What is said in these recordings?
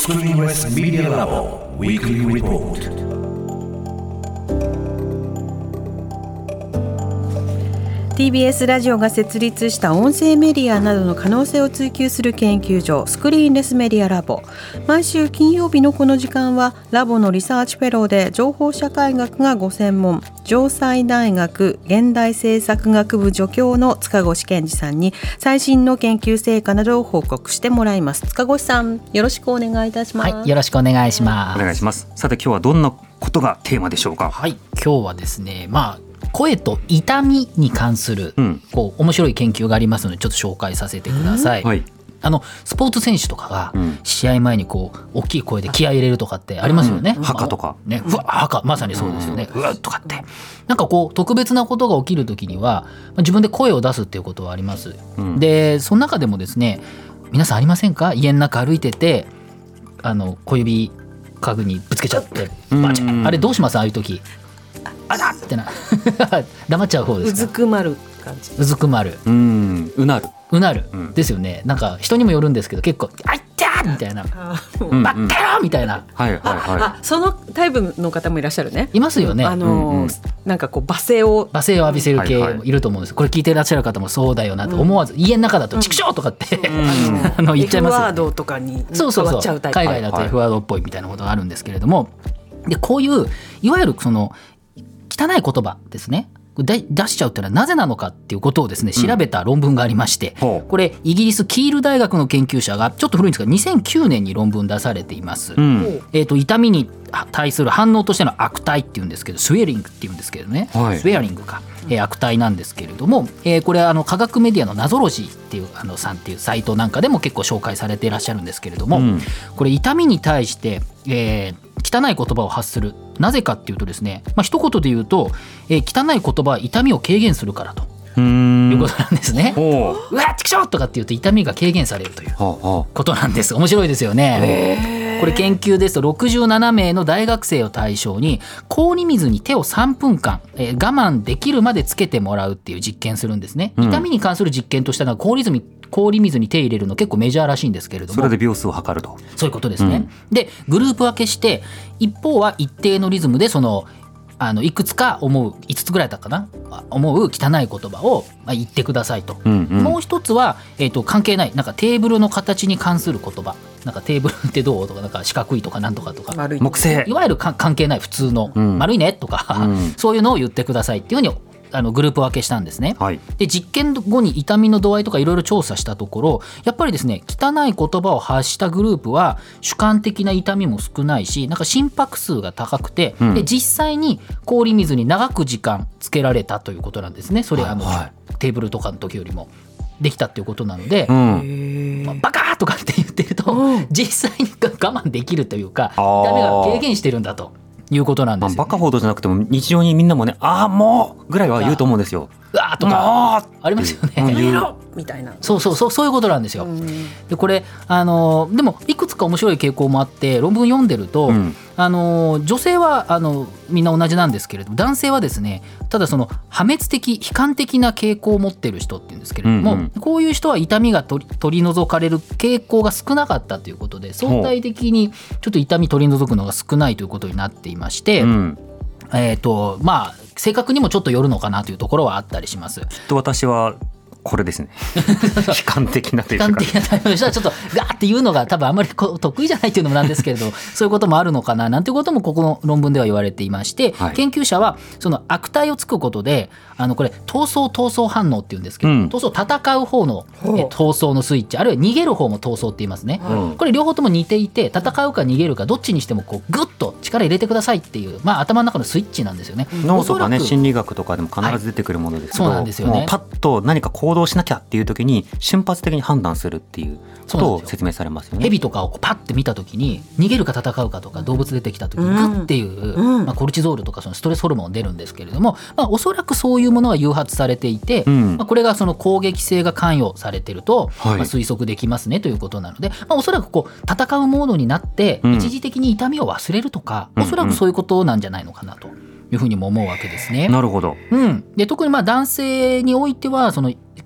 Screenless Media Lab Weekly Report. TBS ラジオが設立した音声メディアなどの可能性を追求する研究所スクリーンレスメディアラボ。毎週金曜日のこの時間はラボのリサーチフェローで情報社会学がご専門、城西大学現代政策学部助教の塚越健二さんに最新の研究成果などを報告してもらいます。塚越さん、よろしくお願いいたします。 はい、よろしくお願いします。 お願いします。さて今日はどんなことがテーマでしょうか。 はい、今日はですね、声と痛みに関する、面白い研究がありますのでちょっと紹介させてください。スポーツ選手とかが試合前に大きい声で気合い入れるとかってありますよね。 ハカとかね、ハカまさにそうですよね。うわっとかってなんか特別なことが起きるときには自分で声を出すっていうことはあります。でその中でもですね、皆さんありませんか？家の中歩いてて小指家具にぶつけちゃってバチッ、あれどうします？ああいう時あだってな黙っちゃう方ですか？ うずくまる感じ。 うずくまる、 うなる、 ですよね。なんか人にもよるんですけど結構あいったーみたいな、バッカーみたいな、 そのタイプの方もいらっしゃるね。 いますよね。 なんか罵声を浴びせる系いると思うんです。これ聞いていらっしゃる方もそうだよなと思わず、家の中だとチクショーとかって言っちゃいますよね。 F ワードとかに変わっちゃうタイプ。 海外だと F ワードっぽいみたいなことがあるんですけれども、でこういういわゆる汚い言葉ですね、出しちゃうっていうのはなぜなのかっていうことをですね調べた論文がありまして、これイギリスキール大学の研究者がちょっと古いんですが2009年に論文出されています。痛みに対する反応としての悪態っていうんですけど、スウェアリングっていうんですけどね、スウェアリングか、悪態なんですけれども、これ科学メディアのナゾロジーっていうさんっていうサイトなんかでも結構紹介されていらっしゃるんですけれども、これ痛みに対して、汚い言葉を発する、なぜかっていうとですね、一言で言うと、汚い言葉は痛みを軽減するからということなんですね。うわっちくしょうとかって言うと痛みが軽減されるということなんです。面白いですよね。これ研究ですと67名の大学生を対象に氷水に手を3分間、我慢できるまでつけてもらうっていう実験するんですね。痛みに関する実験としたのは氷水に手入れるの結構メジャーらしいんですけれども、 それで秒数を測ると、 そういうことですね。でグループ分けして一方は一定のリズムでいくつか5つぐらいだったかな、思う汚い言葉を言ってくださいと。もう一つは、関係ないなんかテーブルの形に関する言葉、なんかテーブルってどうとか、なんか四角いとかなんとかとか、 木製、 いわゆる関係ない普通の、丸いねとか、そういうのを言ってくださいっていうふうにグループ分けしたんですね。で実験後に痛みの度合いとかいろいろ調査したところ、やっぱりですね汚い言葉を発したグループは主観的な痛みも少ないし、なんか心拍数が高くて、で実際に氷水に長く時間つけられたということなんですね。それテーブルとかの時よりもできたっていうことなので、バカーとかって言ってると、実際に我慢できるというか痛みが軽減してるんだということなんですよね。 バカほどじゃなくても日常にみんなもね、もうぐらいは言うと思うんですよ。 うわーとかありますよね。 みたいな。 そういうことなんですよ。でこれでもいくつか面白い傾向もあって、論文読んでると、女性はみんな同じなんですけれども、男性はですねただ破滅的悲観的な傾向を持ってる人っていうんですけれども、こういう人は痛みが取り除かれる傾向が少なかったということで、相対的にちょっと痛み取り除くのが少ないということになっていまして、性格にもちょっとよるのかなというところはあったりします。 きっと私はこれですね悲観的なというか、 悲観的なタイプの人はちょっとガーっていうのが多分あんまり得意じゃないっていうのもなんですけれどそういうこともあるのかななんていうこともここの論文では言われていまして、研究者はその悪態をつくことでこれ闘争反応っていうんですけど、戦う方の闘争のスイッチ、あるいは逃げる方も闘争って言いますね。これ両方とも似ていて、戦うか逃げるかどっちにしてもグッと力入れてくださいっていう、頭の中のスイッチなんですよね。 脳とかね、心理学とかでも必ず出てくるものですけど、 そうなんですよね。 もうパッと何か行動しなきゃっていう時に瞬発的に判断するっていうことを説明されますよね。 蛇とかをパッて見た時に逃げるか戦うかとか、動物出てきた時にグッっていう、コルチゾールとかそのストレスホルモン出るんですけれども、おそらくそういうものが誘発されていて、これがその攻撃性が関与されていると、推測できますねということなので、おそらく戦うモードになって一時的に痛みを忘れるとか、おそらくそういうことなんじゃないのかなというふうにも思うわけですね。 なるほど。 で特に男性においてはその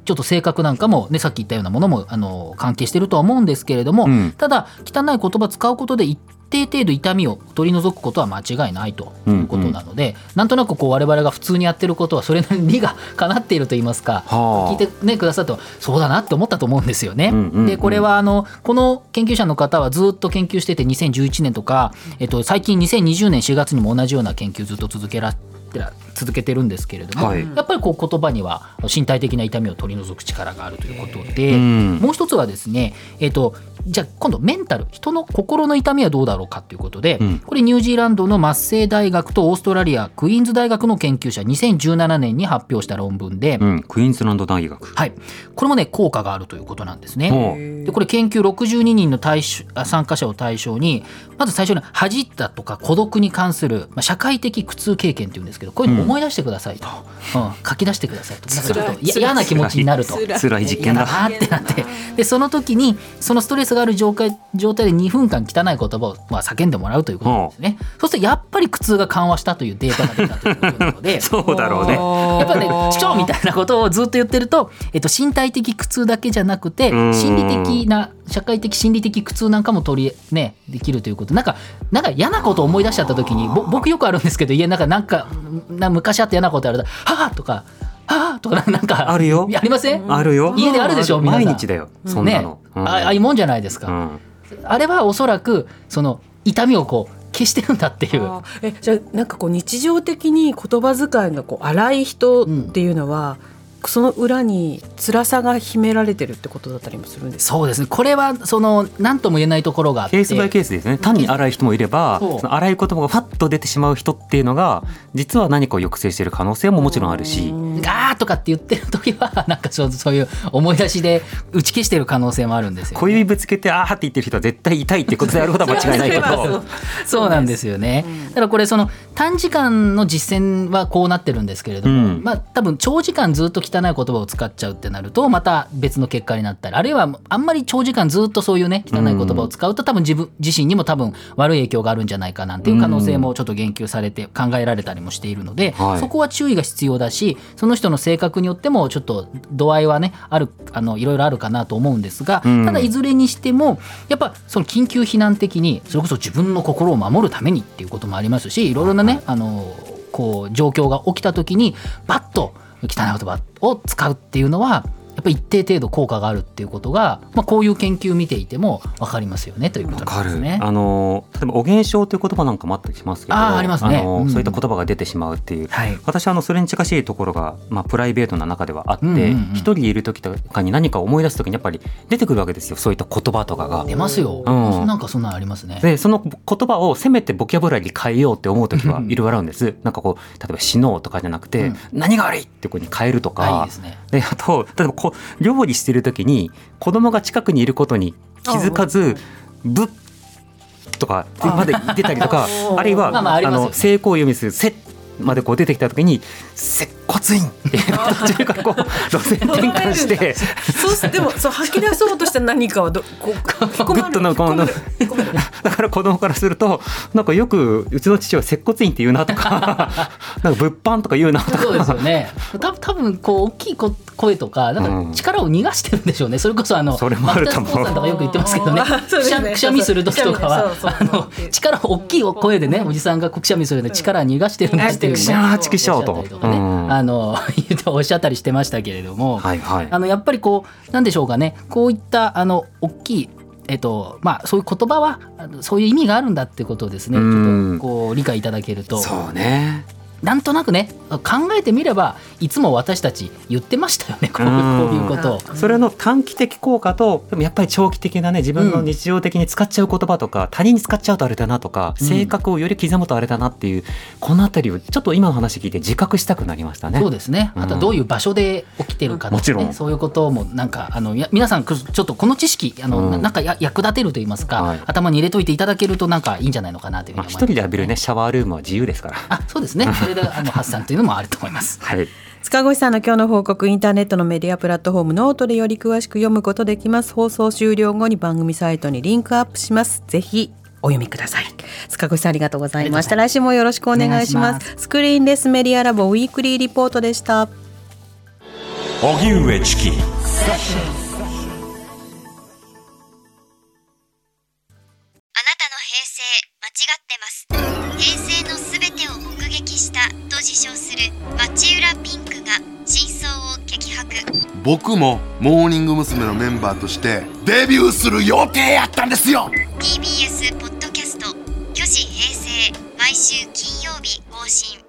ちょっと性格なんかも、ね、さっき言ったようなものも関係してるとは思うんですけれども、ただ汚い言葉使うことで一定程度痛みを取り除くことは間違いないということなので、なんとなくこう我々が普通にやってることはそれなりに理がかなっていると言いますか、聞いて、ね、くださってそうだなって思ったと思うんですよね。でこれはこの研究者の方はずっと研究してて2011年とか、最近2020年4月にも同じような研究ずっと続けてるんですけれども、やっぱりこう言葉には身体的な痛みを取り除く力があるということで、もう一つはですね、じゃあ今度メンタル、人の心の痛みはどうだろうかということで、これニュージーランドのマッセイ大学とオーストラリアクイーンズ大学の研究者2017年に発表した論文で、 クイーンズランド大学、 はい、これもね効果があるということなんですね。でこれ研究62人の参加者を対象に、まず最初に恥ったとか孤独に関する、社会的苦痛経験っていうんですけど、こういうのを思い出してくださいと、書き出してくださいと、なんかちょっと嫌な気持ちになると、 辛い実験だなってなって、でその時にそのストレスがある状態で2分間汚い言葉を叫んでもらうということなんですね。そうするとやっぱり苦痛が緩和したというデータが出たということなのでそうだろうね。 やっぱりねチクショーみたいなことをずっと言ってると、身体的苦痛だけじゃなくて心理的な社会的心理的苦痛なんかもできるということ。なんか嫌なことを思い出しちゃった時に僕よくあるんですけど、家なんか昔あった嫌なことあるとはぁとかはぁとかなんかあるよ。 ありません？ あるよ。 家であるでしょ、皆さん。 毎日だよそんなの、 ああいうもんじゃないですか、あれはおそらくその痛みをこう消してるんだっていう。 じゃあなんかこう日常的に言葉遣いがこう荒い人っていうのは、その裏に辛さが秘められてるってことだったりもするんですか？ そうですね、これは何とも言えないところがあって、 ケースバイケースですね。単に荒い人もいれば、その荒い言葉がファッと出てしまう人っていうのが実は何かを抑制している可能性ももちろんあるし、 ガーとかって言ってる時はなんかそういう思い出しで打ち消してる可能性もあるんですよ、ね、 小指ぶつけてあーって言ってる人は絶対痛いってことであることは間違いないけどそうなんですよね。だからこれ短時間の実践はこうなってるんですけれども、多分長時間ずっと汚い言葉を使っちゃうってなるとまた別の結果になったり、あるいはあんまり長時間ずっとそういうね汚い言葉を使うと多分自身にも多分悪い影響があるんじゃないかなんていう可能性もちょっと言及されて考えられたりもしているので、そこは注意が必要だし、その人の性格によってもちょっと度合いはねいろいろあるかなと思うんですが、ただいずれにしてもやっぱその緊急避難的にそれこそ自分の心を守るためにっていうこともありますし、いろいろなねこう状況が起きた時にバッと汚い言葉を使うっていうのはやっぱり一定程度効果があるっていうことが、こういう研究を見ていても分かりますよねということなんですね。 例えばお現象という言葉なんかもあったりしますけど、 ありますね、 そういった言葉が出てしまうっていう、私はそれに近しいところが、プライベートな中ではあって、一人でいる時とかに何か思い出す時にやっぱり出てくるわけですよ、そういった言葉とかが出ますよ、なんかそんなのありますね。 でその言葉をせめてボキャブラリー変えようって思う時はいろいろあるんですなんかこう例えば死のうとかじゃなくて、何が悪いってこうに変えるとか、 いいですね。 であと例えば料理してる時に子供が近くにいることに気づかずブッとかまで出たりとかあるいは成功を読みするせまでこう出てきた時に接骨院って途中からこう路線転換してでも吐き出そうとした何かはこうグッとなんかだから子供からするとなんかよくうちの父は接骨院って言うなとかなんか物販とか言うなとか。 そうですよね。多分こう大きい声とかなんか力を逃がしてるんでしょうね。それこそそれもあると思う。 マッタースポーさんとかよく言ってますけどね、くしゃみする時とかは力を大きい声でねおじさんがくしゃみするので力逃がしてるんですっていうねチキショーとおっしゃったりしてましたけれども、やっぱりこうなんでしょうかね、こういった大きいそういう言葉はそういう意味があるんだってことをですね、ちょっとこう理解いただけると。 そうね、 なんとなくね考えてみればいつも私たち言ってましたよね、こういうことを。 それの短期的効果とでもやっぱり長期的なね自分の日常的に使っちゃう言葉とか、他人に使っちゃうとあれだなとか、性格をより刻むとあれだなっていうこのあたりをちょっと今の話聞いて自覚したくなりましたね。 そうですね。あとどういう場所で起きてるかとか、 もちろんそういうこともなんか皆さんちょっとこの知識なんか役立てると言いますか、頭に入れといていただけるとなんかいいんじゃないのかなというふうに思います。 一人で浴びるねシャワールームは自由ですから。 そうですね。それで発散というのもあると思います。 塚越さんの今日の報告、インターネットのメディアプラットフォームノートでより詳しく読むことできます。放送終了後に番組サイトにリンクアップします。ぜひお読みください。塚越さんありがとうございました。来週もよろしくお願いします。スクリーンレスメディアラボウィークリーリポートでした。 荻上チキ。 平成のすべてを目撃したと自称する町浦ピンクが真相を激白。 僕もモーニング娘。のメンバーとしてデビューする予定やったんですよ。 TBS ポッドキャスト「虚子平成」毎週金曜日更新。